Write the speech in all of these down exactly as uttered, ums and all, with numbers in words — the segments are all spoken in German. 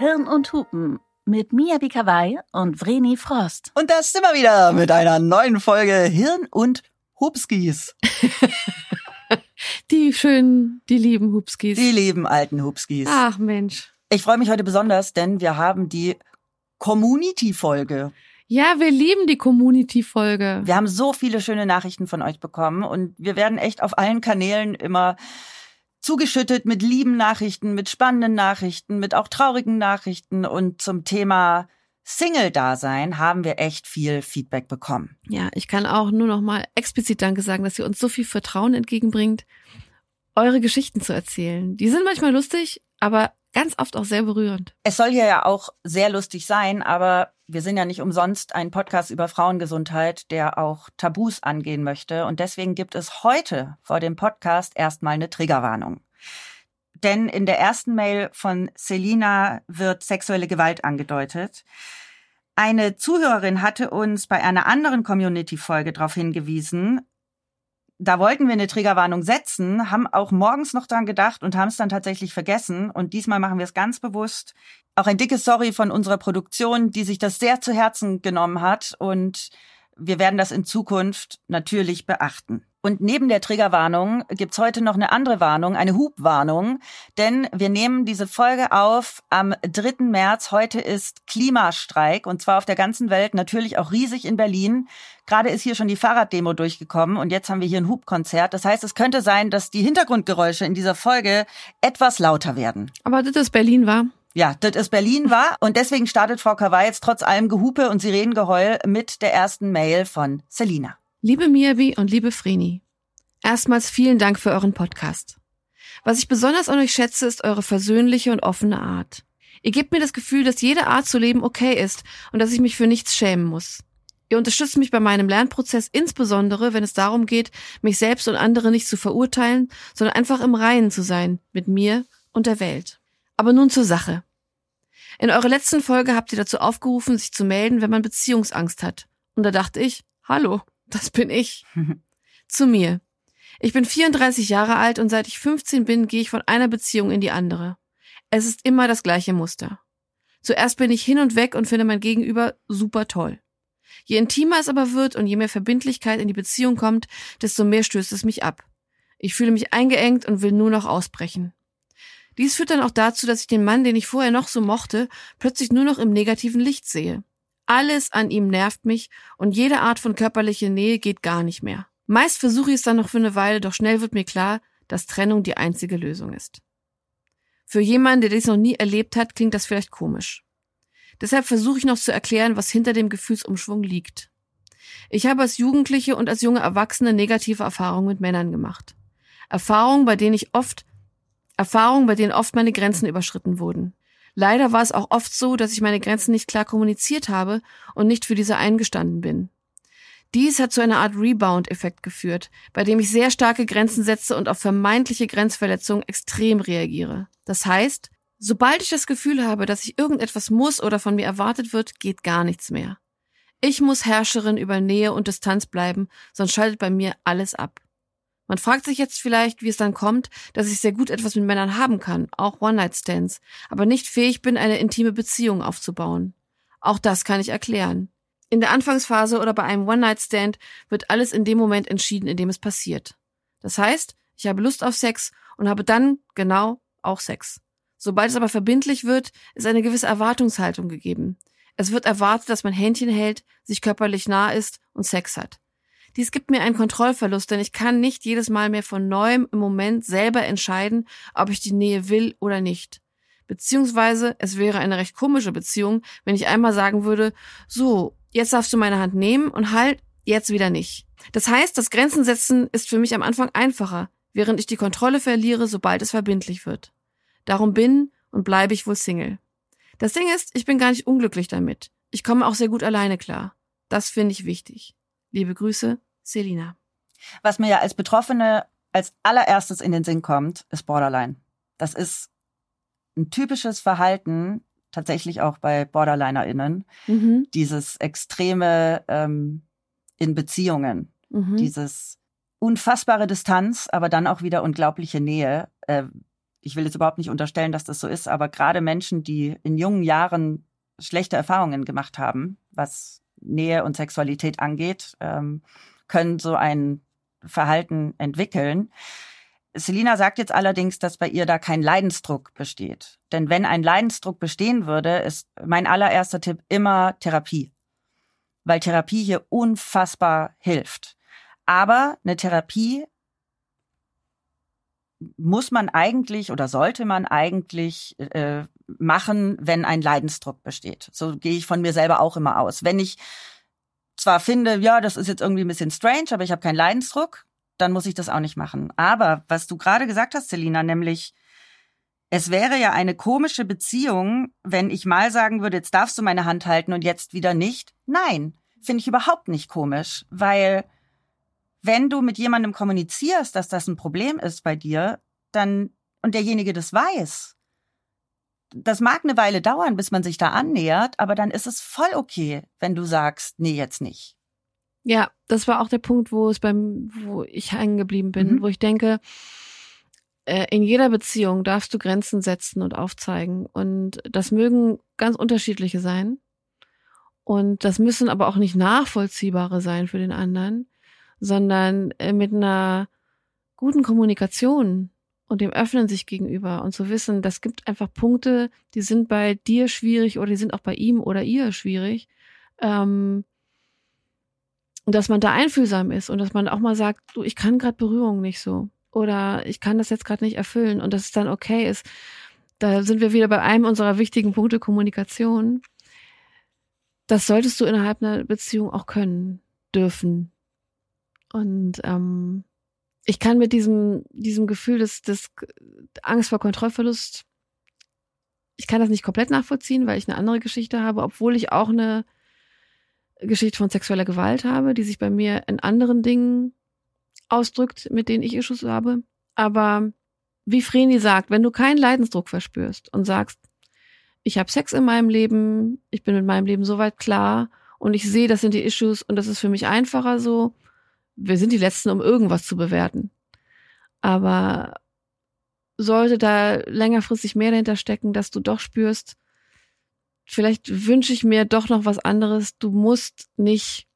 Hirn und Hupen mit Mia Bikawai und Vreni Frost. Und da sind wir wieder mit einer neuen Folge Hirn und Hupskis. Die schönen, die lieben Hupskis. Die lieben alten Hupskis. Ach Mensch. Ich freue mich heute besonders, denn wir haben die Community-Folge. Ja, wir lieben die Community-Folge. Wir haben so viele schöne Nachrichten von euch bekommen und wir werden echt auf allen Kanälen immer zugeschüttet mit lieben Nachrichten, mit spannenden Nachrichten, mit auch traurigen Nachrichten. Und zum Thema Single-Dasein haben wir echt viel Feedback bekommen. Ja, ich kann auch nur noch mal explizit Danke sagen, dass ihr uns so viel Vertrauen entgegenbringt, eure Geschichten zu erzählen. Die sind manchmal lustig, aber ganz oft auch sehr berührend. Es soll hier ja auch sehr lustig sein, aber wir sind ja nicht umsonst ein Podcast über Frauengesundheit, der auch Tabus angehen möchte. Und deswegen gibt es heute vor dem Podcast erstmal eine Triggerwarnung. Denn in der ersten Mail von Selina wird sexuelle Gewalt angedeutet. Eine Zuhörerin hatte uns bei einer anderen Community-Folge darauf hingewiesen. Da wollten wir eine Triggerwarnung setzen, haben auch morgens noch dran gedacht und haben es dann tatsächlich vergessen. Und diesmal machen wir es ganz bewusst. Auch ein dickes Sorry von unserer Produktion, die sich das sehr zu Herzen genommen hat. Und wir werden das in Zukunft natürlich beachten. Und neben der Triggerwarnung gibt's heute noch eine andere Warnung, eine Hupwarnung. Denn wir nehmen diese Folge auf am dritten März. Heute ist Klimastreik und zwar auf der ganzen Welt, natürlich auch riesig in Berlin. Gerade ist hier schon die Fahrraddemo durchgekommen und jetzt haben wir hier ein Hupkonzert. Das heißt, es könnte sein, dass die Hintergrundgeräusche in dieser Folge etwas lauter werden. Aber das ist Berlin, war? Ja, das ist Berlin, war. Und deswegen startet Frau Kawai jetzt trotz allem Gehupe und Sirenengeheul mit der ersten Mail von Selina. Liebe Miabi und liebe Vreni, erstmals vielen Dank für euren Podcast. Was ich besonders an euch schätze, ist eure versöhnliche und offene Art. Ihr gebt mir das Gefühl, dass jede Art zu leben okay ist und dass ich mich für nichts schämen muss. Ihr unterstützt mich bei meinem Lernprozess, insbesondere wenn es darum geht, mich selbst und andere nicht zu verurteilen, sondern einfach im Reinen zu sein mit mir und der Welt. Aber nun zur Sache. In eurer letzten Folge habt ihr dazu aufgerufen, sich zu melden, wenn man Beziehungsangst hat. Und da dachte ich, hallo, das bin ich. Zu mir. Ich bin vierunddreißig Jahre alt und seit ich fünfzehn bin, gehe ich von einer Beziehung in die andere. Es ist immer das gleiche Muster. Zuerst bin ich hin und weg und finde mein Gegenüber super toll. Je intimer es aber wird und je mehr Verbindlichkeit in die Beziehung kommt, desto mehr stößt es mich ab. Ich fühle mich eingeengt und will nur noch ausbrechen. Dies führt dann auch dazu, dass ich den Mann, den ich vorher noch so mochte, plötzlich nur noch im negativen Licht sehe. Alles an ihm nervt mich und jede Art von körperlicher Nähe geht gar nicht mehr. Meist versuche ich es dann noch für eine Weile, doch schnell wird mir klar, dass Trennung die einzige Lösung ist. Für jemanden, der dies noch nie erlebt hat, klingt das vielleicht komisch. Deshalb versuche ich noch zu erklären, was hinter dem Gefühlsumschwung liegt. Ich habe als Jugendliche und als junge Erwachsene negative Erfahrungen mit Männern gemacht. Erfahrungen, bei denen ich oft, Erfahrungen, bei denen oft meine Grenzen überschritten wurden. Leider war es auch oft so, dass ich meine Grenzen nicht klar kommuniziert habe und nicht für diese eingestanden bin. Dies hat zu einer Art Rebound-Effekt geführt, bei dem ich sehr starke Grenzen setze und auf vermeintliche Grenzverletzungen extrem reagiere. Das heißt, sobald ich das Gefühl habe, dass ich irgendetwas muss oder von mir erwartet wird, geht gar nichts mehr. Ich muss Herrscherin über Nähe und Distanz bleiben, sonst schaltet bei mir alles ab. Man fragt sich jetzt vielleicht, wie es dann kommt, dass ich sehr gut etwas mit Männern haben kann, auch One-Night-Stands, aber nicht fähig bin, eine intime Beziehung aufzubauen. Auch das kann ich erklären. In der Anfangsphase oder bei einem One-Night-Stand wird alles in dem Moment entschieden, in dem es passiert. Das heißt, ich habe Lust auf Sex und habe dann, genau, auch Sex. Sobald es aber verbindlich wird, ist eine gewisse Erwartungshaltung gegeben. Es wird erwartet, dass man Händchen hält, sich körperlich nah ist und Sex hat. Dies gibt mir einen Kontrollverlust, denn ich kann nicht jedes Mal mehr von Neuem im Moment selber entscheiden, ob ich die Nähe will oder nicht. Beziehungsweise, es wäre eine recht komische Beziehung, wenn ich einmal sagen würde, so, jetzt darfst du meine Hand nehmen und halt, jetzt wieder nicht. Das heißt, das Grenzen setzen ist für mich am Anfang einfacher, während ich die Kontrolle verliere, sobald es verbindlich wird. Darum bin und bleibe ich wohl Single. Das Ding ist, ich bin gar nicht unglücklich damit. Ich komme auch sehr gut alleine klar. Das finde ich wichtig. Liebe Grüße, Selina. Was mir ja als Betroffene als allererstes in den Sinn kommt, ist Borderline. Das ist ein typisches Verhalten, tatsächlich auch bei BorderlinerInnen, mhm. dieses extreme ähm, in Beziehungen, mhm. dieses unfassbare Distanz, aber dann auch wieder unglaubliche Nähe. Äh, ich will jetzt überhaupt nicht unterstellen, dass das so ist, aber gerade Menschen, die in jungen Jahren schlechte Erfahrungen gemacht haben, was Nähe und Sexualität angeht, ähm, können so ein Verhalten entwickeln. Selina sagt jetzt allerdings, dass bei ihr da kein Leidensdruck besteht. Denn wenn ein Leidensdruck bestehen würde, ist mein allererster Tipp immer Therapie. Weil Therapie hier unfassbar hilft. Aber eine Therapie muss man eigentlich oder sollte man eigentlich äh, machen, wenn ein Leidensdruck besteht. So gehe ich von mir selber auch immer aus. Wenn ich zwar finde, ja, das ist jetzt irgendwie ein bisschen strange, aber ich habe keinen Leidensdruck, dann muss ich das auch nicht machen. Aber was du gerade gesagt hast, Selina, nämlich, es wäre ja eine komische Beziehung, wenn ich mal sagen würde, jetzt darfst du meine Hand halten und jetzt wieder nicht. Nein, finde ich überhaupt nicht komisch, weil wenn du mit jemandem kommunizierst, dass das ein Problem ist bei dir, dann und derjenige das weiß, das mag eine Weile dauern, bis man sich da annähert, aber dann ist es voll okay, wenn du sagst, nee, jetzt nicht. Ja, das war auch der Punkt, wo es beim, wo ich hängen geblieben bin, Mhm. wo ich denke, äh, in jeder Beziehung darfst du Grenzen setzen und aufzeigen. Und das mögen ganz unterschiedliche sein. Und das müssen aber auch nicht nachvollziehbare sein für den anderen, sondern äh, mit einer guten Kommunikation und dem Öffnen sich gegenüber und zu wissen, das gibt einfach Punkte, die sind bei dir schwierig oder die sind auch bei ihm oder ihr schwierig. Ähm, Und dass man da einfühlsam ist und dass man auch mal sagt, du, ich kann gerade Berührung nicht so oder ich kann das jetzt gerade nicht erfüllen und dass es dann okay ist. Da sind wir wieder bei einem unserer wichtigen Punkte Kommunikation. Das solltest du innerhalb einer Beziehung auch können, dürfen. Und ähm, ich kann mit diesem diesem Gefühl des, des Angst vor Kontrollverlust, ich kann das nicht komplett nachvollziehen, weil ich eine andere Geschichte habe, obwohl ich auch eine Geschichte von sexueller Gewalt habe, die sich bei mir in anderen Dingen ausdrückt, mit denen ich Issues habe. Aber wie Vreni sagt, wenn du keinen Leidensdruck verspürst und sagst, ich habe Sex in meinem Leben, ich bin mit meinem Leben soweit klar und ich sehe, das sind die Issues und das ist für mich einfacher so, wir sind die Letzten, um irgendwas zu bewerten. Aber sollte da längerfristig mehr dahinter stecken, dass du doch spürst, vielleicht wünsche ich mir doch noch was anderes. Du musst nicht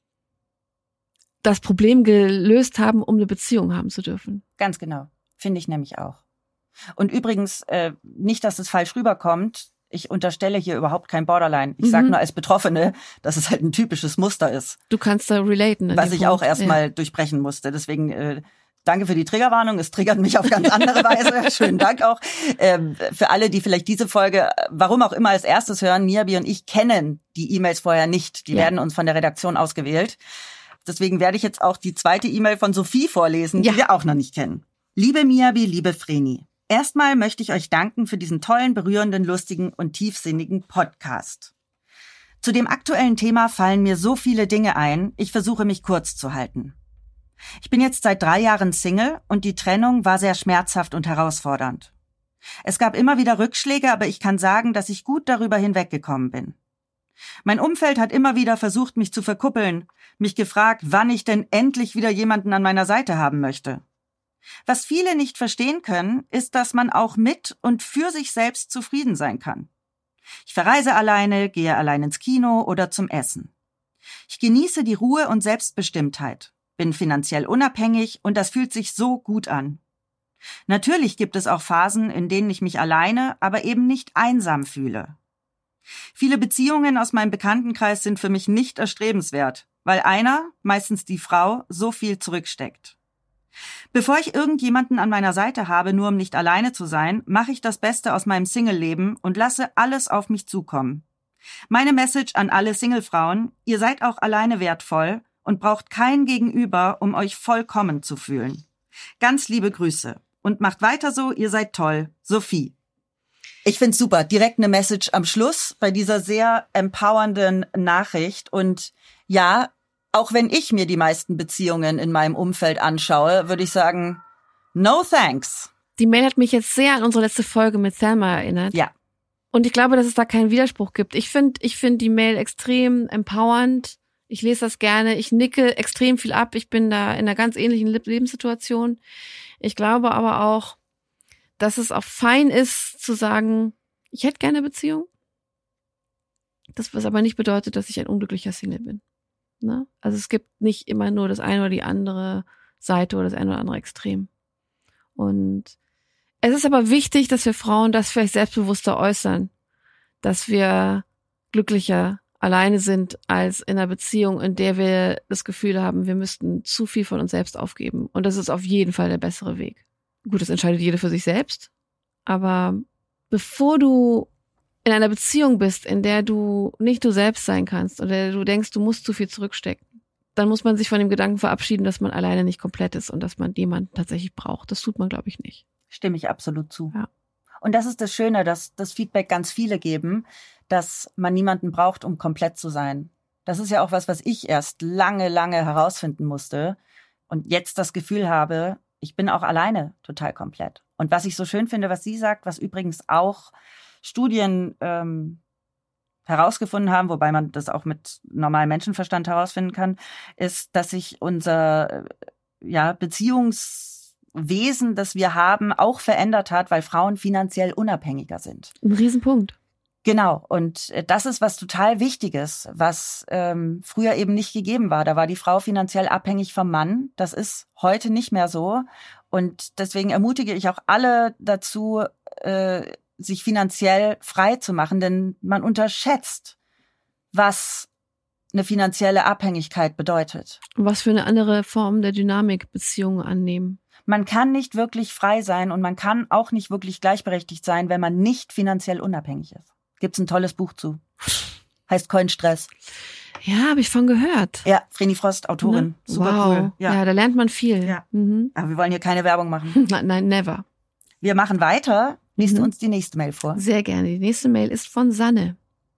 das Problem gelöst haben, um eine Beziehung haben zu dürfen. Ganz genau. Finde ich nämlich auch. Und übrigens, äh, nicht, dass es falsch rüberkommt. Ich unterstelle hier überhaupt kein Borderline. Ich mhm. sage nur als Betroffene, dass es halt ein typisches Muster ist. Du kannst da relaten. Was ich Punkt. auch erstmal ja. durchbrechen musste. Deswegen äh, danke für die Triggerwarnung. Es triggert mich auf ganz andere Weise. Schönen Dank auch. Ähm, für alle, die vielleicht diese Folge, warum auch immer, als erstes hören, Niabi und ich kennen die E-Mails vorher nicht. Die ja. werden uns von der Redaktion ausgewählt. Deswegen werde ich jetzt auch die zweite E-Mail von Sophie vorlesen, ja. die wir auch noch nicht kennen. Liebe Niabi, liebe Vreni. Erstmal möchte ich euch danken für diesen tollen, berührenden, lustigen und tiefsinnigen Podcast. Zu dem aktuellen Thema fallen mir so viele Dinge ein, ich versuche mich kurz zu halten. Ich bin jetzt seit drei Jahren Single und die Trennung war sehr schmerzhaft und herausfordernd. Es gab immer wieder Rückschläge, aber ich kann sagen, dass ich gut darüber hinweggekommen bin. Mein Umfeld hat immer wieder versucht, mich zu verkuppeln, mich gefragt, wann ich denn endlich wieder jemanden an meiner Seite haben möchte. Was viele nicht verstehen können, ist, dass man auch mit und für sich selbst zufrieden sein kann. Ich verreise alleine, gehe allein ins Kino oder zum Essen. Ich genieße die Ruhe und Selbstbestimmtheit, bin finanziell unabhängig und das fühlt sich so gut an. Natürlich gibt es auch Phasen, in denen ich mich alleine, aber eben nicht einsam fühle. Viele Beziehungen aus meinem Bekanntenkreis sind für mich nicht erstrebenswert, weil einer, meistens die Frau, so viel zurücksteckt. Bevor ich irgendjemanden an meiner Seite habe, nur um nicht alleine zu sein, mache ich das Beste aus meinem Single-Leben und lasse alles auf mich zukommen. Meine Message an alle Singlefrauen: Ihr seid auch alleine wertvoll und braucht kein Gegenüber, um euch vollkommen zu fühlen. Ganz liebe Grüße und macht weiter so, ihr seid toll. Sophie. Ich find's super. Direkt eine Message am Schluss bei dieser sehr empowernden Nachricht. Und ja, auch wenn ich mir die meisten Beziehungen in meinem Umfeld anschaue, würde ich sagen, no thanks. Die Mail hat mich jetzt sehr an unsere letzte Folge mit Thelma erinnert. Ja. Und ich glaube, dass es da keinen Widerspruch gibt. Ich finde ich finde die Mail extrem empowernd. Ich lese das gerne. Ich nicke extrem viel ab. Ich bin da in einer ganz ähnlichen Lebenssituation. Ich glaube aber auch, dass es auch fein ist zu sagen, ich hätte gerne eine Beziehung. Das, was aber nicht bedeutet, dass ich ein unglücklicher Single bin. Ne? Also es gibt nicht immer nur das eine oder die andere Seite oder das eine oder andere Extrem. Und es ist aber wichtig, dass wir Frauen das vielleicht selbstbewusster äußern, dass wir glücklicher alleine sind als in einer Beziehung, in der wir das Gefühl haben, wir müssten zu viel von uns selbst aufgeben. Und das ist auf jeden Fall der bessere Weg. Gut, das entscheidet jeder für sich selbst. Aber bevor du in einer Beziehung bist, in der du nicht du selbst sein kannst oder du denkst, du musst zu viel zurückstecken, dann muss man sich von dem Gedanken verabschieden, dass man alleine nicht komplett ist und dass man jemanden tatsächlich braucht. Das tut man, glaube ich, nicht. Stimme ich absolut zu. Ja. Und das ist das Schöne, dass das Feedback ganz viele geben, dass man niemanden braucht, um komplett zu sein. Das ist ja auch was, was ich erst lange, lange herausfinden musste und jetzt das Gefühl habe, ich bin auch alleine total komplett. Und was ich so schön finde, was sie sagt, was übrigens auch Studien ähm, herausgefunden haben, wobei man das auch mit normalem Menschenverstand herausfinden kann, ist, dass sich unser ja, Beziehungswesen, das wir haben, auch verändert hat, weil Frauen finanziell unabhängiger sind. Ein Riesenpunkt. Genau, und das ist was total Wichtiges, was ähm, früher eben nicht gegeben war. Da war die Frau finanziell abhängig vom Mann. Das ist heute nicht mehr so. Und deswegen ermutige ich auch alle dazu, äh, sich finanziell frei zu machen, denn man unterschätzt, was eine finanzielle Abhängigkeit bedeutet. Was für eine andere Form der Dynamik Beziehungen annehmen. Man kann nicht wirklich frei sein und man kann auch nicht wirklich gleichberechtigt sein, wenn man nicht finanziell unabhängig ist. Gibt's ein tolles Buch zu. Heißt Kein Stress. Ja, habe ich von gehört. Ja, Vreni Frost, Autorin. Ne? Super wow. cool. Ja. ja, da lernt man viel. Ja. Mhm. Aber wir wollen hier keine Werbung machen. Nein, nein, never. Wir machen weiter. Liest Mhm. uns die nächste Mail vor. Sehr gerne. Die nächste Mail ist von Sanne.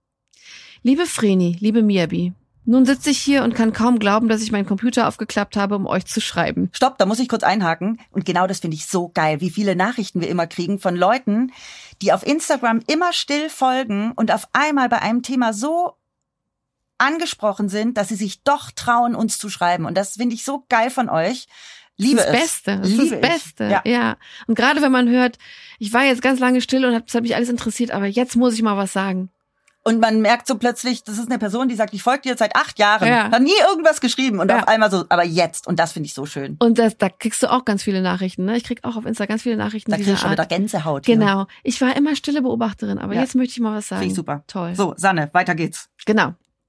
Liebe Vreni, liebe Miabi, nun sitze ich hier und kann kaum glauben, dass ich meinen Computer aufgeklappt habe, um euch zu schreiben. Stopp, da muss ich kurz einhaken. Und genau das finde ich so geil, wie viele Nachrichten wir immer kriegen von Leuten, die auf Instagram immer still folgen und auf einmal bei einem Thema so angesprochen sind, dass sie sich doch trauen, uns zu schreiben. Und das finde ich so geil von euch. Liebe das ist das es. Beste. Das Liebe ist das ich. Beste. Ja. ja. Und gerade wenn man hört, ich war jetzt ganz lange still und hab, das hat mich alles interessiert, aber jetzt muss ich mal was sagen. Und man merkt so plötzlich, das ist eine Person, die sagt, ich folge dir seit acht Jahren, Ja. hat nie irgendwas geschrieben und Ja. auf einmal so, aber jetzt. Und das finde ich so schön. Und das, da kriegst du auch ganz viele Nachrichten. Ne? Ich krieg auch auf Insta ganz viele Nachrichten Da dieser krieg ich schon Art. wieder Gänsehaut. Hier. Genau. Ich war immer stille Beobachterin, aber Ja. jetzt möchte ich mal was sagen. Finde ich super. Toll. So, Sanne, weiter geht's. Genau.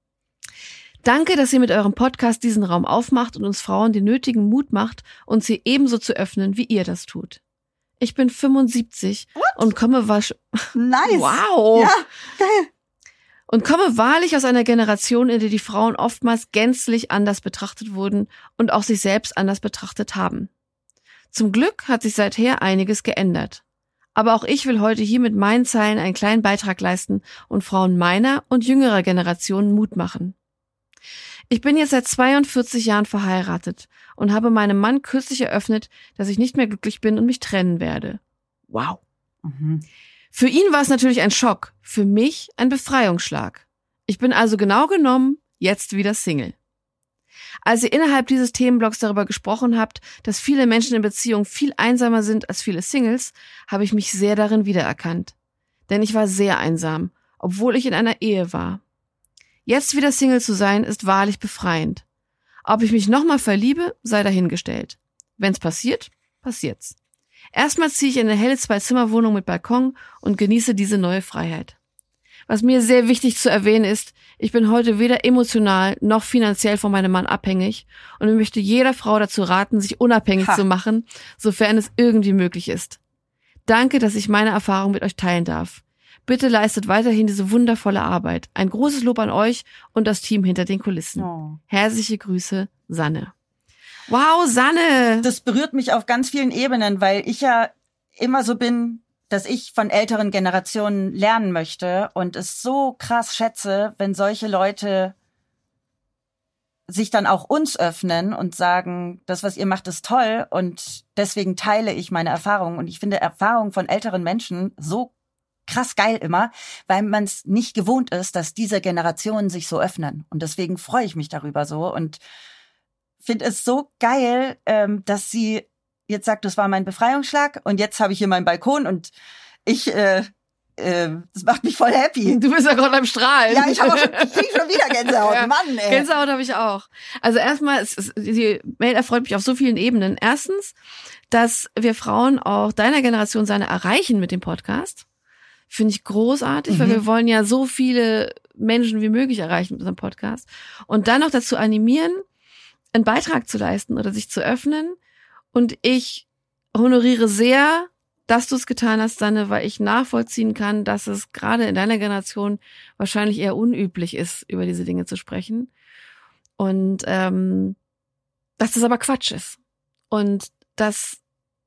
Danke, dass ihr mit eurem Podcast diesen Raum aufmacht und uns Frauen den nötigen Mut macht, uns hier ebenso zu öffnen, wie ihr das tut. Ich bin fünfundsiebzig What? und komme wasch Nice. Wow. Ja, geil. Und komme wahrlich aus einer Generation, in der die Frauen oftmals gänzlich anders betrachtet wurden und auch sich selbst anders betrachtet haben. Zum Glück hat sich seither einiges geändert. Aber auch ich will heute hier mit meinen Zeilen einen kleinen Beitrag leisten und Frauen meiner und jüngerer Generationen Mut machen. Ich bin jetzt seit zweiundvierzig Jahren verheiratet und habe meinem Mann kürzlich eröffnet, dass ich nicht mehr glücklich bin und mich trennen werde. Wow. Mhm. Für ihn war es natürlich ein Schock, für mich ein Befreiungsschlag. Ich bin also genau genommen jetzt wieder Single. Als ihr innerhalb dieses Themenblocks darüber gesprochen habt, dass viele Menschen in Beziehungen viel einsamer sind als viele Singles, habe ich mich sehr darin wiedererkannt. Denn ich war sehr einsam, obwohl ich in einer Ehe war. Jetzt wieder Single zu sein, ist wahrlich befreiend. Ob ich mich nochmal verliebe, sei dahingestellt. Wenn's passiert, passiert's. Erstmal ziehe ich in eine helle Zwei-Zimmer-Wohnung mit Balkon und genieße diese neue Freiheit. Was mir sehr wichtig zu erwähnen ist, ich bin heute weder emotional noch finanziell von meinem Mann abhängig und ich möchte jeder Frau dazu raten, sich unabhängig Ha. zu machen, sofern es irgendwie möglich ist. Danke, dass ich meine Erfahrung mit euch teilen darf. Bitte leistet weiterhin diese wundervolle Arbeit. Ein großes Lob an euch und das Team hinter den Kulissen. Oh. Herzliche Grüße, Sanne. Wow, Sanne! Das berührt mich auf ganz vielen Ebenen, weil ich ja immer so bin, dass ich von älteren Generationen lernen möchte und es so krass schätze, wenn solche Leute sich dann auch uns öffnen und sagen, das, was ihr macht, ist toll und deswegen teile ich meine Erfahrungen. Und ich finde Erfahrungen von älteren Menschen so krass geil immer, weil man es nicht gewohnt ist, dass diese Generationen sich so öffnen. Und deswegen freue ich mich darüber so und finde es so geil, ähm, dass sie jetzt sagt, das war mein Befreiungsschlag und jetzt habe ich hier meinen Balkon und ich, äh, äh, das macht mich voll happy. Du bist ja gerade am Strahlen. Ja, ich, hab auch schon, ich krieg schon wieder Gänsehaut, ja, Mann, ey. Gänsehaut habe ich auch. Also erstmal, es ist, die Mail erfreut mich auf so vielen Ebenen. Erstens, dass wir Frauen auch deiner Generation seine erreichen mit dem Podcast. Finde ich großartig, mhm. weil wir wollen ja so viele Menschen wie möglich erreichen mit unserem Podcast. Und dann noch dazu animieren, einen Beitrag zu leisten oder sich zu öffnen. Und ich honoriere sehr, dass du es getan hast, Sanne, weil ich nachvollziehen kann, dass es gerade in deiner Generation wahrscheinlich eher unüblich ist, über diese Dinge zu sprechen. Und ähm, dass das aber Quatsch ist. Und dass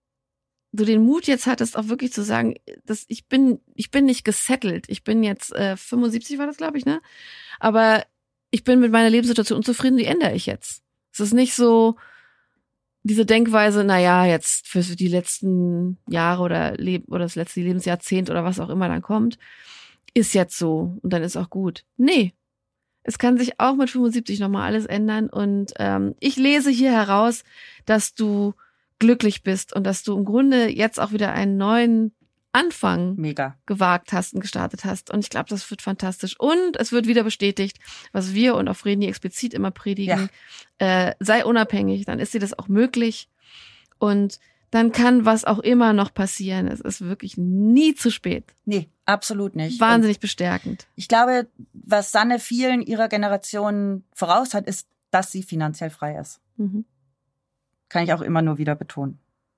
du den Mut jetzt hattest, auch wirklich zu sagen, dass ich bin, ich bin nicht gesettelt. Ich bin jetzt äh, fünfundsiebzig war das, glaube ich, ne? Aber ich bin mit meiner Lebenssituation unzufrieden, die ändere ich jetzt. Es ist nicht so diese Denkweise, na ja, jetzt für die letzten Jahre oder Leb- oder das letzte Lebensjahrzehnt oder was auch immer dann kommt, ist jetzt so und dann ist auch gut. Nee. Es kann sich auch mit fünfundsiebzig nochmal alles ändern und ähm, ich lese hier heraus, dass du glücklich bist und dass du im Grunde jetzt auch wieder einen neuen Anfang Mega. gewagt hast und gestartet hast. Und ich glaube, das wird fantastisch. Und es wird wieder bestätigt, was wir und auch Vreni explizit immer predigen. Ja. Äh, sei unabhängig, dann ist dir das auch möglich. Und dann kann was auch immer noch passieren. Es ist wirklich nie zu spät. Nee, absolut nicht. Wahnsinnig und bestärkend. Ich glaube, was Sanne vielen ihrer Generation voraus hat, ist, dass sie finanziell frei ist. Mhm. Kann ich auch immer nur wieder betonen.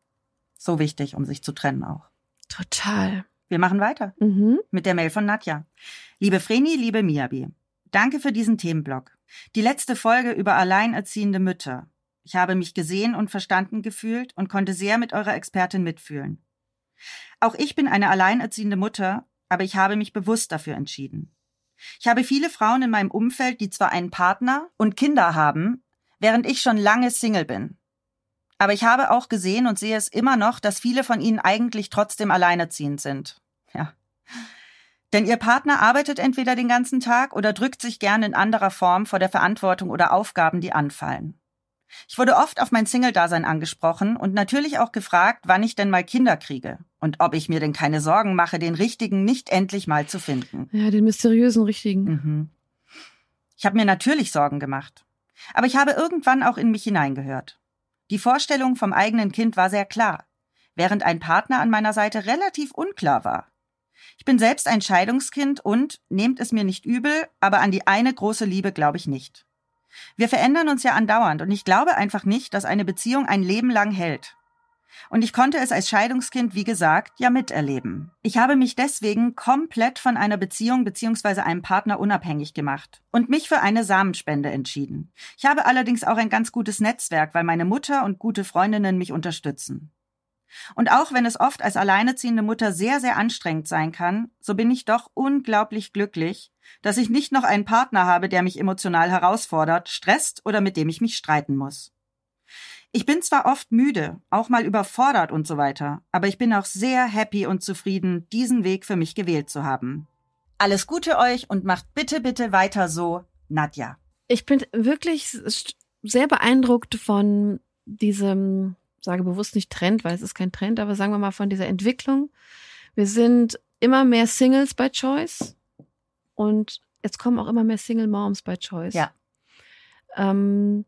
So wichtig, um sich zu trennen auch. Total. Wir machen weiter mhm. mit der Mail von Nadja. Liebe Vreni, liebe Miabi, danke für diesen Themenblock. Die letzte Folge über alleinerziehende Mütter. Ich habe mich gesehen und verstanden gefühlt und konnte sehr mit eurer Expertin mitfühlen. Auch ich bin eine alleinerziehende Mutter, aber ich habe mich bewusst dafür entschieden. Ich habe viele Frauen in meinem Umfeld, die zwar einen Partner und Kinder haben, während ich schon lange Single bin. Aber ich habe auch gesehen und sehe es immer noch, dass viele von ihnen eigentlich trotzdem alleinerziehend sind. Ja. Denn ihr Partner arbeitet entweder den ganzen Tag oder drückt sich gern in anderer Form vor der Verantwortung oder Aufgaben, die anfallen. Ich wurde oft auf mein Single-Dasein angesprochen und natürlich auch gefragt, wann ich denn mal Kinder kriege und ob ich mir denn keine Sorgen mache, den Richtigen nicht endlich mal zu finden. Ja, den mysteriösen Richtigen. Mhm. Ich habe mir natürlich Sorgen gemacht. Aber ich habe irgendwann auch in mich hineingehört. Die Vorstellung vom eigenen Kind war sehr klar, während ein Partner an meiner Seite relativ unklar war. Ich bin selbst ein Scheidungskind und, nehmt es mir nicht übel, aber an die eine große Liebe glaube ich nicht. Wir verändern uns ja andauernd und ich glaube einfach nicht, dass eine Beziehung ein Leben lang hält. Und ich konnte es als Scheidungskind, wie gesagt, ja miterleben. Ich habe mich deswegen komplett von einer Beziehung bzw. einem Partner unabhängig gemacht und mich für eine Samenspende entschieden. Ich habe allerdings auch ein ganz gutes Netzwerk, weil meine Mutter und gute Freundinnen mich unterstützen. Und auch wenn es oft als alleinerziehende Mutter sehr, sehr anstrengend sein kann, so bin ich doch unglaublich glücklich, dass ich nicht noch einen Partner habe, der mich emotional herausfordert, stresst oder mit dem ich mich streiten muss. Ich bin zwar oft müde, auch mal überfordert und so weiter, aber ich bin auch sehr happy und zufrieden, diesen Weg für mich gewählt zu haben. Alles Gute euch und macht bitte, bitte weiter so, Nadja. Ich bin wirklich sehr beeindruckt von diesem, sage bewusst nicht Trend, weil es ist kein Trend, aber sagen wir mal von dieser Entwicklung. Wir sind immer mehr Singles by Choice und jetzt kommen auch immer mehr Single Moms by Choice. Ja. Ähm,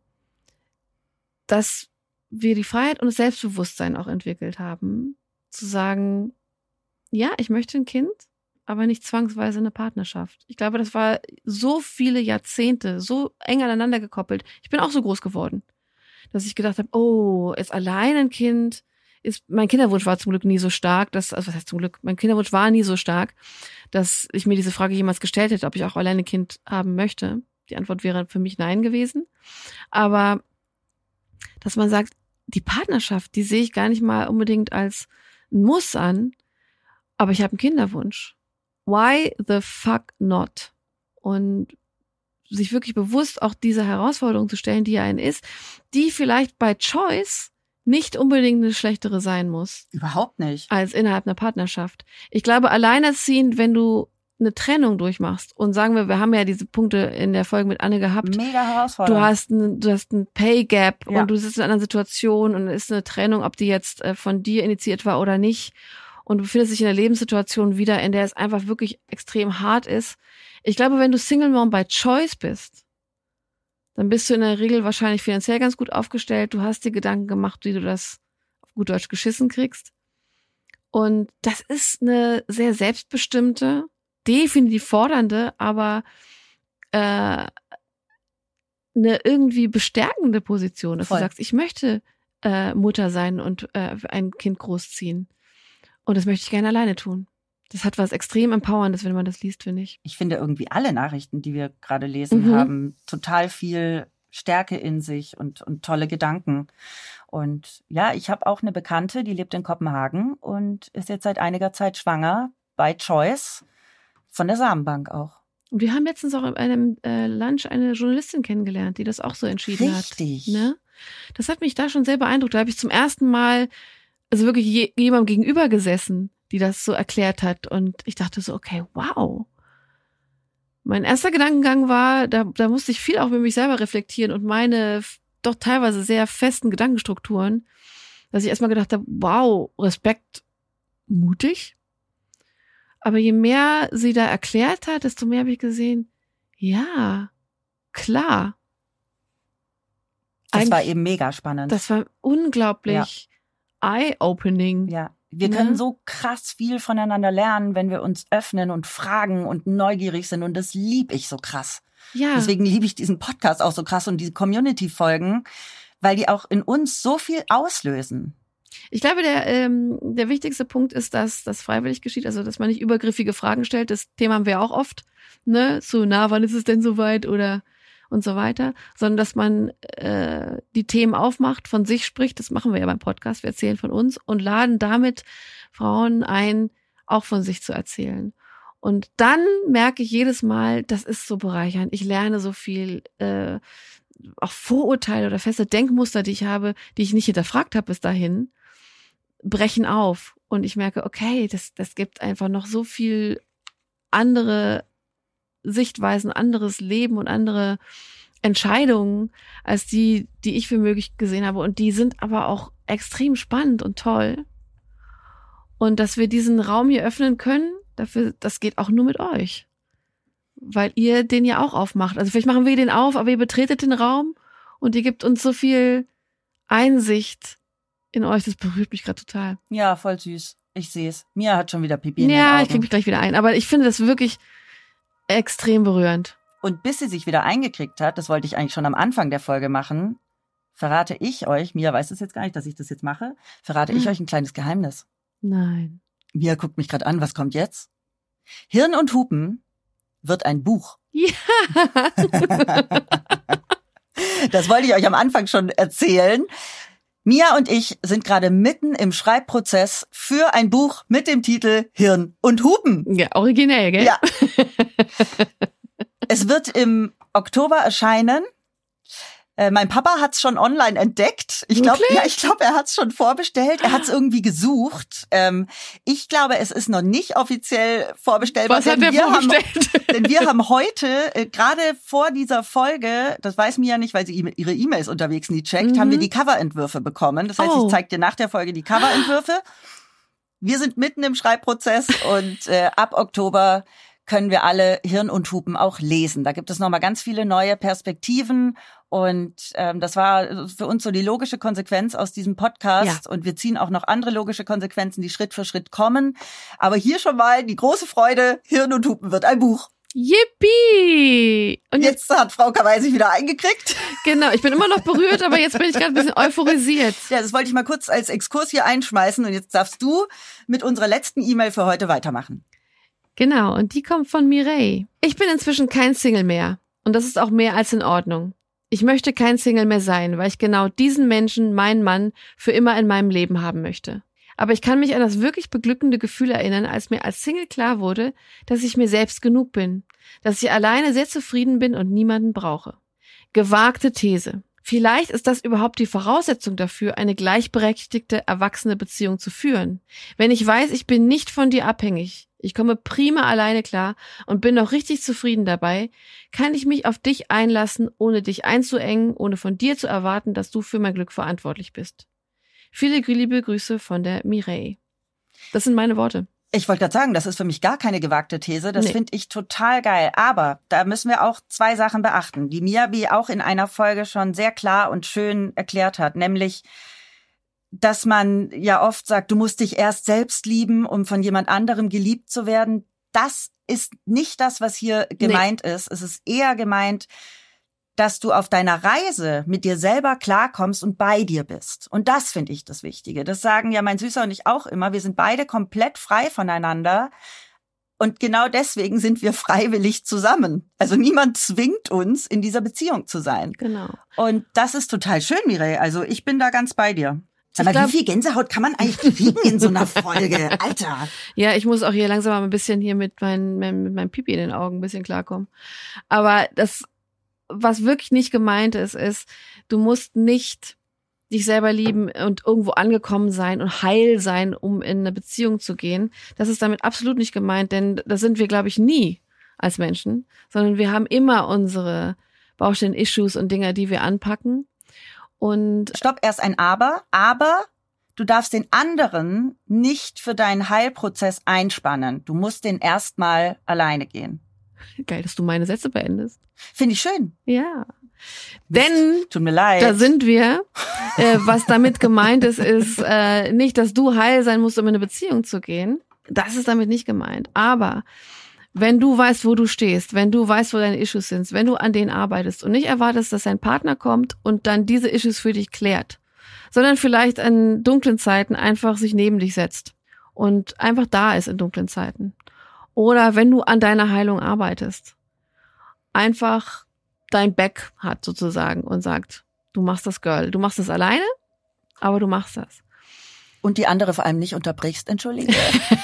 dass wir die Freiheit und das Selbstbewusstsein auch entwickelt haben, zu sagen, ja, ich möchte ein Kind, aber nicht zwangsweise eine Partnerschaft. Ich glaube, das war so viele Jahrzehnte, so eng aneinander gekoppelt. Ich bin auch so groß geworden, dass ich gedacht habe, oh, jetzt allein ein Kind ist, mein Kinderwunsch war zum Glück nie so stark, dass, also was heißt zum Glück, mein Kinderwunsch war nie so stark, dass ich mir diese Frage jemals gestellt hätte, ob ich auch alleine ein Kind haben möchte. Die Antwort wäre für mich nein gewesen. Aber dass man sagt, die Partnerschaft, die sehe ich gar nicht mal unbedingt als ein Muss an, aber ich habe einen Kinderwunsch. Why the fuck not? Und sich wirklich bewusst auch diese Herausforderung zu stellen, die einen ist, die vielleicht bei Choice nicht unbedingt eine schlechtere sein muss. Überhaupt nicht. Als innerhalb einer Partnerschaft. Ich glaube, alleinerziehend, wenn du eine Trennung durchmachst und sagen wir, wir haben ja diese Punkte in der Folge mit Anne gehabt. Mega herausfordernd. Du hast ein, du hast ein Pay Gap Ja. und du sitzt in einer Situation und es ist eine Trennung, ob die jetzt äh, von dir initiiert war oder nicht. Und du befindest dich in einer Lebenssituation wieder, in der es einfach wirklich extrem hart ist. Ich glaube, wenn du Single Mom by Choice bist, dann bist du in der Regel wahrscheinlich finanziell ganz gut aufgestellt. Du hast dir Gedanken gemacht, wie du das auf gut Deutsch geschissen kriegst. Und das ist eine sehr selbstbestimmte, definitiv fordernde, aber äh, eine irgendwie bestärkende Position, dass Voll. du sagst, ich möchte äh, Mutter sein und äh, ein Kind großziehen. Und das möchte ich gerne alleine tun. Das hat was extrem Empowerndes, wenn man das liest, finde ich. Ich finde irgendwie alle Nachrichten, die wir gerade lesen, Mhm. haben total viel Stärke in sich und, und tolle Gedanken. Und ja, ich habe auch eine Bekannte, die lebt in Kopenhagen und ist jetzt seit einiger Zeit schwanger, by Choice, von der Samenbank auch. Und wir haben letztens auch in einem äh, Lunch eine Journalistin kennengelernt, die das auch so entschieden Richtig. hat. Ne? Das hat mich da schon sehr beeindruckt. Da habe ich zum ersten Mal also wirklich je, jemandem gegenüber gesessen, die das so erklärt hat. Und ich dachte so, okay, wow. Mein erster Gedankengang war, da, da musste ich viel auch über mich selber reflektieren und meine f- doch teilweise sehr festen Gedankenstrukturen, dass ich erstmal gedacht habe, wow, Respekt, mutig. Aber je mehr sie da erklärt hat, desto mehr habe ich gesehen, ja, klar. Das Eigentlich- war eben mega spannend. Das war unglaublich eye-opening. Ja, wir Ne? können so krass viel voneinander lernen, wenn wir uns öffnen und fragen und neugierig sind. Und das liebe ich so krass. Ja. Deswegen liebe ich diesen Podcast auch so krass und diese Community-Folgen, weil die auch in uns so viel auslösen. Ich glaube, der, ähm, der wichtigste Punkt ist, dass das freiwillig geschieht, also dass man nicht übergriffige Fragen stellt. Das Thema haben wir auch oft, ne? So, na, wann ist es denn soweit oder und so weiter, sondern dass man äh, die Themen aufmacht, von sich spricht. Das machen wir ja beim Podcast. Wir erzählen von uns und laden damit Frauen ein, auch von sich zu erzählen. Und dann merke ich jedes Mal, das ist so bereichernd. Ich lerne so viel, äh, auch Vorurteile oder feste Denkmuster, die ich habe, die ich nicht hinterfragt habe bis dahin, brechen auf. Und ich merke, okay, das, das gibt einfach noch so viel andere Sichtweisen, anderes Leben und andere Entscheidungen als die, die ich für möglich gesehen habe. Und die sind aber auch extrem spannend und toll. Und dass wir diesen Raum hier öffnen können, dafür, das geht auch nur mit euch. Weil ihr den ja auch aufmacht. Also vielleicht machen wir den auf, aber ihr betretet den Raum und ihr gebt uns so viel Einsicht in euch. Das berührt mich gerade total. Ja, voll süß. Ich sehe es. Mia hat schon wieder Pipi in den Ja, Augen. ich krieg mich gleich wieder ein. Aber ich finde das wirklich extrem berührend. Und bis sie sich wieder eingekriegt hat, das wollte ich eigentlich schon am Anfang der Folge machen, verrate ich euch, Mia weiß es jetzt gar nicht, dass ich das jetzt mache, verrate ich Hm. euch ein kleines Geheimnis. Nein. Mia guckt mich gerade an, was kommt jetzt? Hirn und Hupen wird ein Buch. Ja. Das wollte ich euch am Anfang schon erzählen. Mia und ich sind gerade mitten im Schreibprozess für ein Buch mit dem Titel Hirn und Hupen. Ja, originell, gell? Ja. Es wird im Oktober erscheinen. Äh, mein Papa hat's schon online entdeckt. Ich glaube, Wirklich? ja, ich glaube, er hat's schon vorbestellt. Er hat's irgendwie gesucht. Ähm, ich glaube, es ist noch nicht offiziell vorbestellbar. Was hat denn der wir vorbestellt? Haben, denn wir haben heute, äh, gerade vor dieser Folge, das weiß Mia nicht, weil sie e- ihre E-Mails unterwegs nie checkt, Mhm. haben wir die Coverentwürfe bekommen. Das heißt, Oh. ich zeige dir nach der Folge die Coverentwürfe. Wir sind mitten im Schreibprozess und äh, ab Oktober können wir alle Hirn und Hupen auch lesen. Da gibt es nochmal ganz viele neue Perspektiven und ähm, das war für uns so die logische Konsequenz aus diesem Podcast Ja. und wir ziehen auch noch andere logische Konsequenzen, die Schritt für Schritt kommen. Aber hier schon mal die große Freude, Hirn und Hupen wird ein Buch. Yippie! Und jetzt, Jetzt hat Frau Kawai sich wieder eingekriegt. genau, ich bin immer noch berührt, aber jetzt bin ich gerade ein bisschen euphorisiert. Ja, das wollte ich mal kurz als Exkurs hier einschmeißen und jetzt darfst du mit unserer letzten E-Mail für heute weitermachen. Genau, und die kommt von Mireille. Ich bin inzwischen kein Single mehr. Und das ist auch mehr als in Ordnung. Ich möchte kein Single mehr sein, weil ich genau diesen Menschen, meinen Mann, für immer in meinem Leben haben möchte. Aber ich kann mich an das wirklich beglückende Gefühl erinnern, als mir als Single klar wurde, dass ich mir selbst genug bin. Dass ich alleine sehr zufrieden bin und niemanden brauche. Gewagte These. Vielleicht ist das überhaupt die Voraussetzung dafür, eine gleichberechtigte, erwachsene Beziehung zu führen. Wenn ich weiß, ich bin nicht von dir abhängig, ich komme prima alleine klar und bin noch richtig zufrieden dabei, kann ich mich auf dich einlassen, ohne dich einzuengen, ohne von dir zu erwarten, dass du für mein Glück verantwortlich bist. Viele liebe Grüße von der Mireille. Das sind meine Worte. Ich wollte gerade sagen, das ist für mich gar keine gewagte These. Das Nee. finde ich total geil. Aber da müssen wir auch zwei Sachen beachten, die Miyabi auch in einer Folge schon sehr klar und schön erklärt hat. Nämlich, dass man ja oft sagt, du musst dich erst selbst lieben, um von jemand anderem geliebt zu werden. Das ist nicht das, was hier gemeint nee. ist. Es ist eher gemeint, dass du auf deiner Reise mit dir selber klarkommst und bei dir bist. Und das finde ich das Wichtige. Das sagen ja mein Süßer und ich auch immer. Wir sind beide komplett frei voneinander. Und genau deswegen sind wir freiwillig zusammen. Also niemand zwingt uns, in dieser Beziehung zu sein. Genau. Und das ist total schön, Mireille. Also ich bin da ganz bei dir. Sag mal, glaub, wie viel Gänsehaut kann man eigentlich kriegen in so einer Folge? Alter. Ja, ich muss auch hier langsam mal ein bisschen hier mit, mein, mit meinem Pipi in den Augen ein bisschen klarkommen. Aber das, was wirklich nicht gemeint ist, ist, du musst nicht dich selber lieben und irgendwo angekommen sein und heil sein, um in eine Beziehung zu gehen. Das ist damit absolut nicht gemeint, denn das sind wir, glaube ich, nie als Menschen, sondern wir haben immer unsere Baustellen, Issues und Dinge, die wir anpacken. Und Stopp, erst ein Aber. Aber du darfst den anderen nicht für deinen Heilprozess einspannen. Du musst den erstmal alleine gehen. Geil, dass du meine Sätze beendest. Finde ich schön. Ja. Mist, Denn tut mir leid. da sind wir. Äh, was damit gemeint ist, ist äh, nicht, dass du heil sein musst, um in eine Beziehung zu gehen. Das ist damit nicht gemeint. Aber wenn du weißt, wo du stehst, wenn du weißt, wo deine Issues sind, wenn du an denen arbeitest und nicht erwartest, dass dein Partner kommt und dann diese Issues für dich klärt, sondern vielleicht in dunklen Zeiten einfach sich neben dich setzt und einfach da ist in dunklen Zeiten. Oder wenn du an deiner Heilung arbeitest, einfach dein Back hat sozusagen und sagt, du machst das, Girl. Du machst das alleine, aber du machst das. Und die andere vor allem nicht unterbrichst, entschuldige.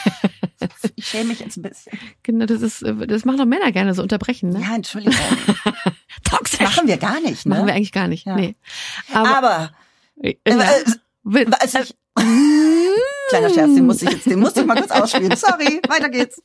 Ich schäme mich jetzt ein bisschen. Genau, das ist, das machen doch Männer gerne so unterbrechen, ne? Ja, Entschuldigung. Toxisch. Machen wir gar nicht, ne? Machen wir eigentlich gar nicht, ja. nee. Aber, Aber äh, ja. äh, also ich, kleiner Scherz, den muss ich jetzt, den muss ich mal kurz ausspielen. Sorry, weiter geht's.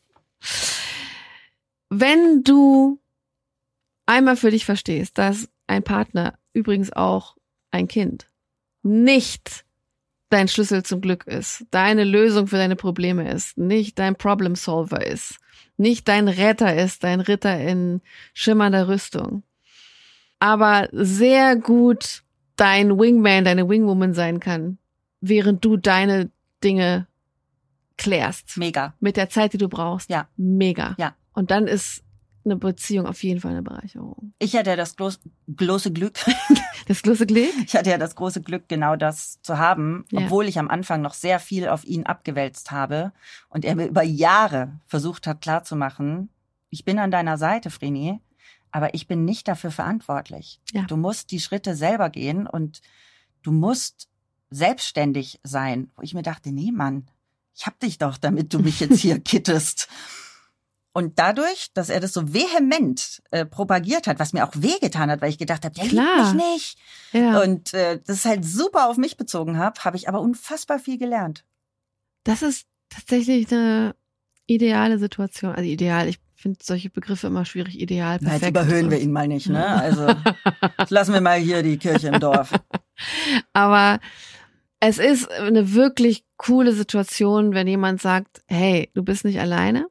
Wenn du einmal für dich verstehst, dass ein Partner, übrigens auch ein Kind, nicht dein Schlüssel zum Glück ist, deine Lösung für deine Probleme ist, nicht dein Problem Solver ist, nicht dein Retter ist, dein Ritter in schimmernder Rüstung, aber sehr gut dein Wingman, deine Wingwoman sein kann, während du deine Dinge klärst. Mega. Mit der Zeit, die du brauchst. Ja. Mega. Ja. Und dann ist eine Beziehung auf jeden Fall eine Bereicherung. Ich hatte ja das groß, große Glück. Das große Glück? Ich hatte ja das große Glück, genau das zu haben, Ja. obwohl ich am Anfang noch sehr viel auf ihn abgewälzt habe und er mir über Jahre versucht hat klarzumachen, ich bin an deiner Seite, Vreni, aber ich bin nicht dafür verantwortlich. Ja. Du musst die Schritte selber gehen und du musst selbstständig sein. Wo ich mir dachte, nee, Mann, ich hab dich doch, damit du mich jetzt hier kittest. Und dadurch, dass er das so vehement äh, propagiert hat, was mir auch wehgetan hat, weil ich gedacht habe, der Klar. liebt mich nicht. Ja. Und äh, das halt super auf mich bezogen habe, habe ich aber unfassbar viel gelernt. Das ist tatsächlich eine ideale Situation. Also ideal, ich finde solche Begriffe immer schwierig. Ideal, Na, perfekt. jetzt überhöhen wir ihn mal nicht, ne? Also jetzt lassen wir mal hier die Kirche im Dorf. Aber es ist eine wirklich coole Situation, wenn jemand sagt, hey, du bist nicht alleine,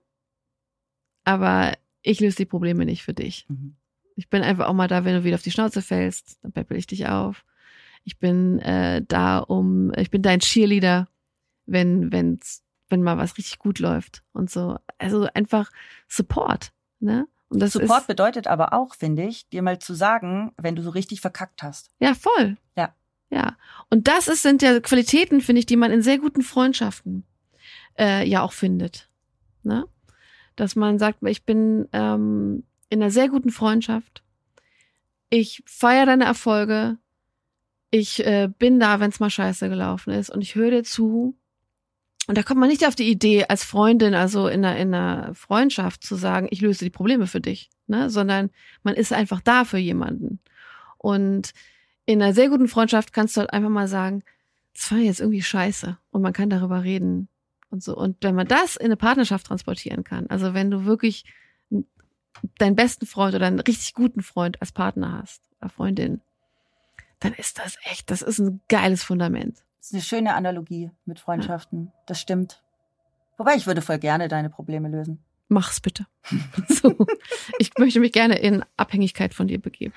aber ich löse die Probleme nicht für dich. Mhm. Ich bin einfach auch mal da, wenn du wieder auf die Schnauze fällst, dann peppel ich dich auf. Ich bin äh, da, um, ich bin dein Cheerleader, wenn, wenn's, wenn mal was richtig gut läuft und so. Also einfach Support, ne? Und das Support ist, bedeutet aber auch, finde ich, dir mal zu sagen, wenn du so richtig verkackt hast. ja, voll. Ja. Ja. Und das ist, sind ja Qualitäten, finde ich, die man in sehr guten Freundschaften äh, ja auch findet. Ne? Dass man sagt, ich bin ähm, in einer sehr guten Freundschaft. Ich feiere deine Erfolge. Ich äh, bin da, wenn es mal scheiße gelaufen ist. Und ich höre dir zu. Und da kommt man nicht auf die Idee, als Freundin, also in einer, in einer Freundschaft zu sagen, ich löse die Probleme für dich, ne? Sondern man ist einfach da für jemanden. Und in einer sehr guten Freundschaft kannst du halt einfach mal sagen, das war jetzt irgendwie scheiße und man kann darüber reden und so. Und wenn man das in eine Partnerschaft transportieren kann, also wenn du wirklich deinen besten Freund oder einen richtig guten Freund als Partner hast, oder Freundin, dann ist das echt, das ist ein geiles Fundament. Das ist eine schöne Analogie mit Freundschaften. Ja. Das stimmt. Wobei, ich würde voll gerne deine Probleme lösen. Mach's bitte. So. Ich möchte mich gerne in Abhängigkeit von dir begeben.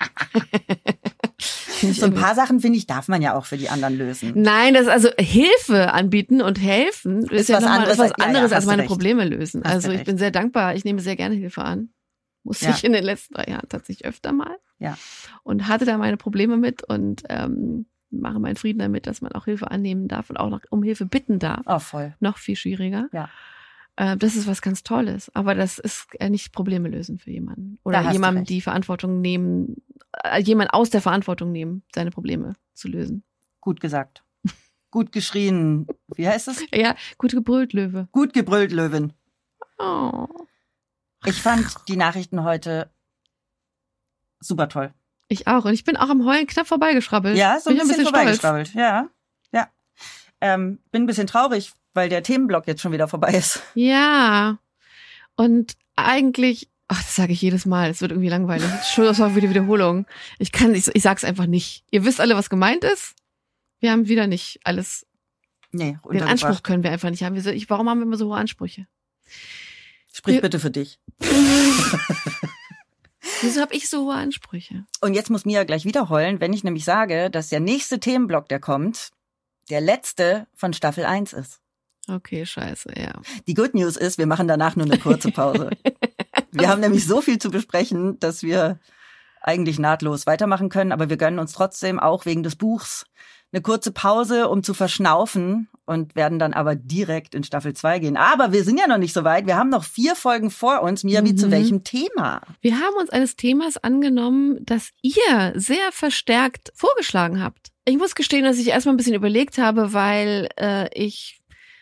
So ein paar Sachen, finde ich, darf man ja auch für die anderen lösen. Nein, das also Hilfe anbieten und helfen ist, ist ja nochmal etwas anderes, anderes ja, ja, als meine recht. Probleme lösen. Hast also ich bin sehr dankbar. Ich nehme sehr gerne Hilfe an. Musste ja. ich in den letzten drei Jahren tatsächlich öfter mal. Ja. Und hatte da meine Probleme mit und ähm, mache meinen Frieden damit, dass man auch Hilfe annehmen darf und auch noch um Hilfe bitten darf. Oh, voll. Noch viel schwieriger. Ja. Äh, das ist was ganz Tolles. Aber das ist äh, nicht Probleme lösen für jemanden. Oder jemandem die Verantwortung nehmen, äh, jemand aus der Verantwortung nehmen, seine Probleme zu lösen. Gut gesagt. Gut geschrien. Wie heißt es? Ja, gut gebrüllt, Löwe. Gut gebrüllt, Löwin. Oh. Ich fand die Nachrichten heute super toll. Ich auch. Und ich bin auch am Heulen knapp vorbeigeschrabbelt. Ja, so ein bisschen, ein bisschen vorbeigeschrabbelt. Ja, ja. Ähm, bin ein bisschen traurig, weil der Themenblock jetzt schon wieder vorbei ist. Ja. Und eigentlich, ach, das sage ich jedes Mal, es wird irgendwie langweilig. Schon, das war wieder Wiederholung. Ich kann, ich, ich sag's einfach nicht. Ihr wisst alle, was gemeint ist. Wir haben wieder nicht alles. Nee, den Anspruch können wir einfach nicht haben. Wir so, ich, warum haben wir immer so hohe Ansprüche? Sprich wir, bitte für dich. Wieso habe ich so hohe Ansprüche? Und jetzt muss Mia gleich wieder heulen, wenn ich nämlich sage, dass der nächste Themenblock, der kommt, der letzte von Staffel eins ist. Okay, scheiße, ja. Die Good News ist, wir machen danach nur eine kurze Pause. Wir haben nämlich so viel zu besprechen, dass wir eigentlich nahtlos weitermachen können, aber wir gönnen uns trotzdem auch wegen des Buchs eine kurze Pause, um zu verschnaufen und werden dann aber direkt in Staffel zwei gehen. Aber wir sind ja noch nicht so weit. Wir haben noch vier Folgen vor uns. Mia, wie mhm. zu welchem Thema? Wir haben uns eines Themas angenommen, das ihr sehr verstärkt vorgeschlagen habt. Ich muss gestehen, dass ich erstmal ein bisschen überlegt habe, weil äh, ich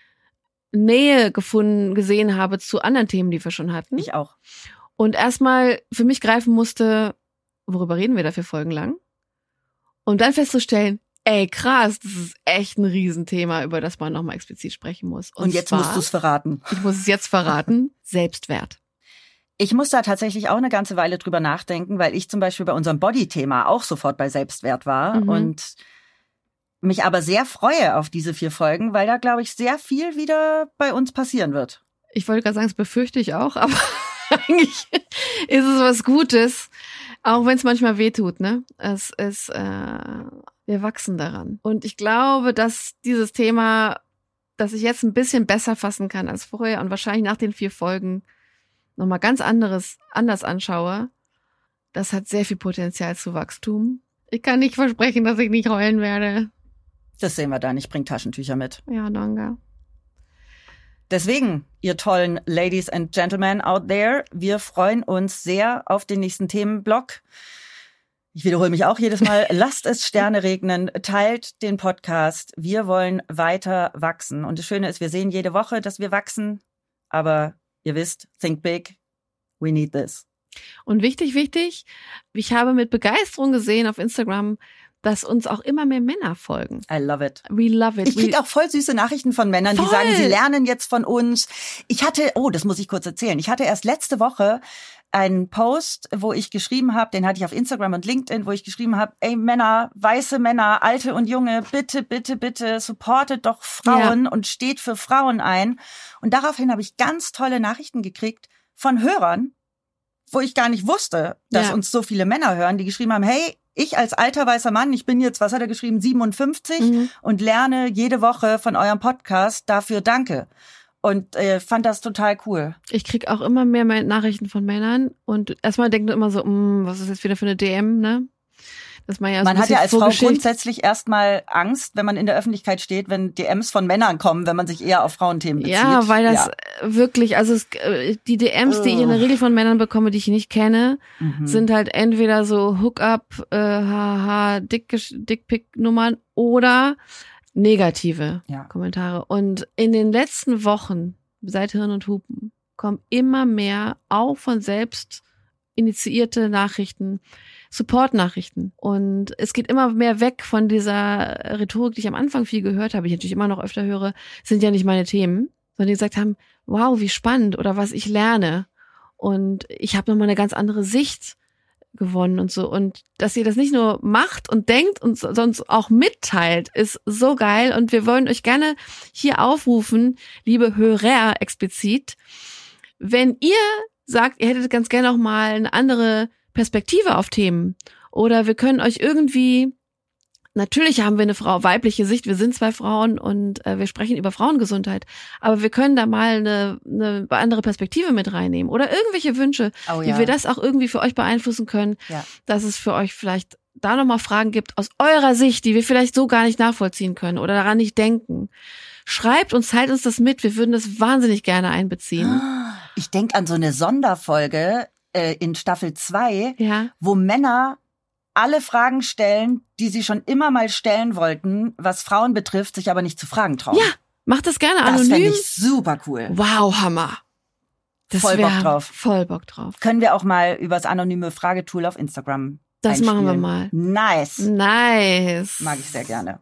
Nähe gefunden, gesehen habe zu anderen Themen, die wir schon hatten. Ich auch. Und erstmal für mich greifen musste, worüber reden wir da für Folgen lang? Und dann festzustellen, ey, krass, das ist echt ein Riesenthema, über das man nochmal explizit sprechen muss. Und, Und jetzt zwar, musst du es verraten. Ich muss es jetzt verraten. Selbstwert. Ich muss da tatsächlich auch eine ganze Weile drüber nachdenken, weil ich zum Beispiel bei unserem Body-Thema auch sofort bei Selbstwert war mhm. und mich aber sehr freue auf diese vier Folgen, weil da, glaube ich, sehr viel wieder bei uns passieren wird. Ich wollte gerade sagen, das befürchte ich auch, aber eigentlich ist es was Gutes, auch wenn es manchmal wehtut, ne? Es ist, äh, wir wachsen daran. Und ich glaube, dass dieses Thema, das ich jetzt ein bisschen besser fassen kann als vorher und wahrscheinlich nach den vier Folgen nochmal ganz anderes, anders anschaue, das hat sehr viel Potenzial zu Wachstum. Ich kann nicht versprechen, dass ich nicht heulen werde. Das sehen wir dann. Ich bring Taschentücher mit. Ja, danke. Deswegen, ihr tollen Ladies and Gentlemen out there, wir freuen uns sehr auf den nächsten Themenblock. Ich wiederhole mich auch jedes Mal. Lasst es Sterne regnen, teilt den Podcast. Wir wollen weiter wachsen. Und das Schöne ist, wir sehen jede Woche, dass wir wachsen. Aber ihr wisst, think big, we need this. Und wichtig, wichtig, ich habe mit Begeisterung gesehen auf Instagram, dass uns auch immer mehr Männer folgen. I love it. We love it. Ich kriege auch voll süße Nachrichten von Männern, voll. Die sagen, sie lernen jetzt von uns. Ich hatte, oh, das muss ich kurz erzählen. Ich hatte erst letzte Woche einen Post, wo ich geschrieben habe, den hatte ich auf Instagram und LinkedIn, wo ich geschrieben habe, ey Männer, weiße Männer, alte und junge, bitte, bitte, bitte, supportet doch Frauen ja. und steht für Frauen ein. Und daraufhin habe ich ganz tolle Nachrichten gekriegt von Hörern, wo ich gar nicht wusste, dass ja. uns so viele Männer hören, die geschrieben haben, hey, ich als alter weißer Mann, ich bin jetzt, was hat er geschrieben, siebenundfünfzig mhm. und lerne jede Woche von eurem Podcast, dafür danke. Und äh, fand das total cool. Ich krieg auch immer mehr Nachrichten von Männern und erstmal denkt man immer so, mh, was ist jetzt wieder für eine D M, ne? Dass man ja so man hat ja als Frau grundsätzlich erstmal Angst, wenn man in der Öffentlichkeit steht, wenn D Ms von Männern kommen, wenn man sich eher auf Frauenthemen bezieht. Ja, weil das ja. wirklich, also es, die D Ms, die ich in der Regel von Männern bekomme, die ich nicht kenne, mhm. sind halt entweder so Hookup, äh, haha, Dickpick-Nummern oder negative ja. Kommentare. Und in den letzten Wochen, seit Hirn und Hupen, kommen immer mehr auch von selbst initiierte Nachrichten, Support-Nachrichten. Und es geht immer mehr weg von dieser Rhetorik, die ich am Anfang viel gehört habe, ich natürlich immer noch öfter höre, sind ja nicht meine Themen, sondern die gesagt haben, wow, wie spannend oder was ich lerne. Und ich habe nochmal eine ganz andere Sicht gewonnen und so. Und dass ihr das nicht nur macht und denkt und sonst auch mitteilt, ist so geil. Und wir wollen euch gerne hier aufrufen, liebe Hörer explizit, wenn ihr sagt, ihr hättet ganz gerne auch mal eine andere Perspektive auf Themen oder wir können euch irgendwie, natürlich haben wir eine Frau, weibliche Sicht, wir sind zwei Frauen und äh, wir sprechen über Frauengesundheit, aber wir können da mal eine, eine andere Perspektive mit reinnehmen oder irgendwelche Wünsche, oh, ja. wie wir das auch irgendwie für euch beeinflussen können, ja. dass es für euch vielleicht da nochmal Fragen gibt aus eurer Sicht, die wir vielleicht so gar nicht nachvollziehen können oder daran nicht denken. Schreibt uns, teilt uns das mit, wir würden das wahnsinnig gerne einbeziehen. Ich denke an so eine Sonderfolge äh, in Staffel zwei, ja. wo Männer alle Fragen stellen, die sie schon immer mal stellen wollten, was Frauen betrifft, sich aber nicht zu fragen trauen. Ja, macht das gerne das anonym. Das fände ich super cool. Wow, Hammer. Das voll Bock drauf. Voll Bock drauf. Können wir auch mal über das anonyme Fragetool auf Instagram Das einspielen. machen wir mal. Nice. Nice. Mag ich sehr gerne.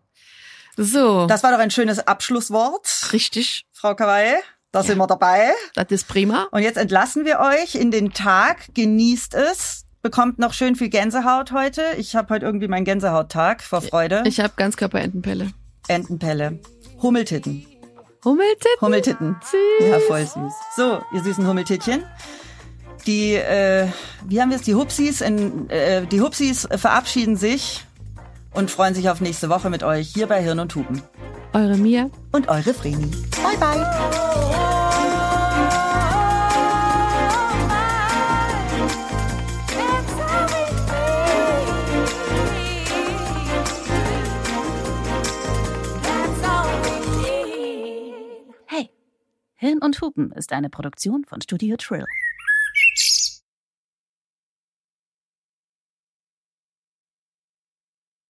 So. Das war doch ein schönes Abschlusswort. Richtig. Frau Kawai, da Ja. sind wir dabei. Das ist prima. Und jetzt entlassen wir euch in den Tag. Genießt es. Bekommt noch schön viel Gänsehaut heute. Ich habe heute irgendwie meinen Gänsehauttag vor Freude. Ich habe Ganzkörperentenpelle. Entenpelle. Hummeltitten. Hummeltitten? Hummeltitten. Süß. Ja, voll süß. So, ihr süßen Hummeltittchen. Die, äh, wie haben wir es? Die Hupsis, in, äh, die Hupsis verabschieden sich und freuen sich auf nächste Woche mit euch hier bei Hirn und Hupen. Eure Mia. Und eure Vreni. Bye, bye. Hey, Hirn und Hupen ist eine Produktion von Studio Trill.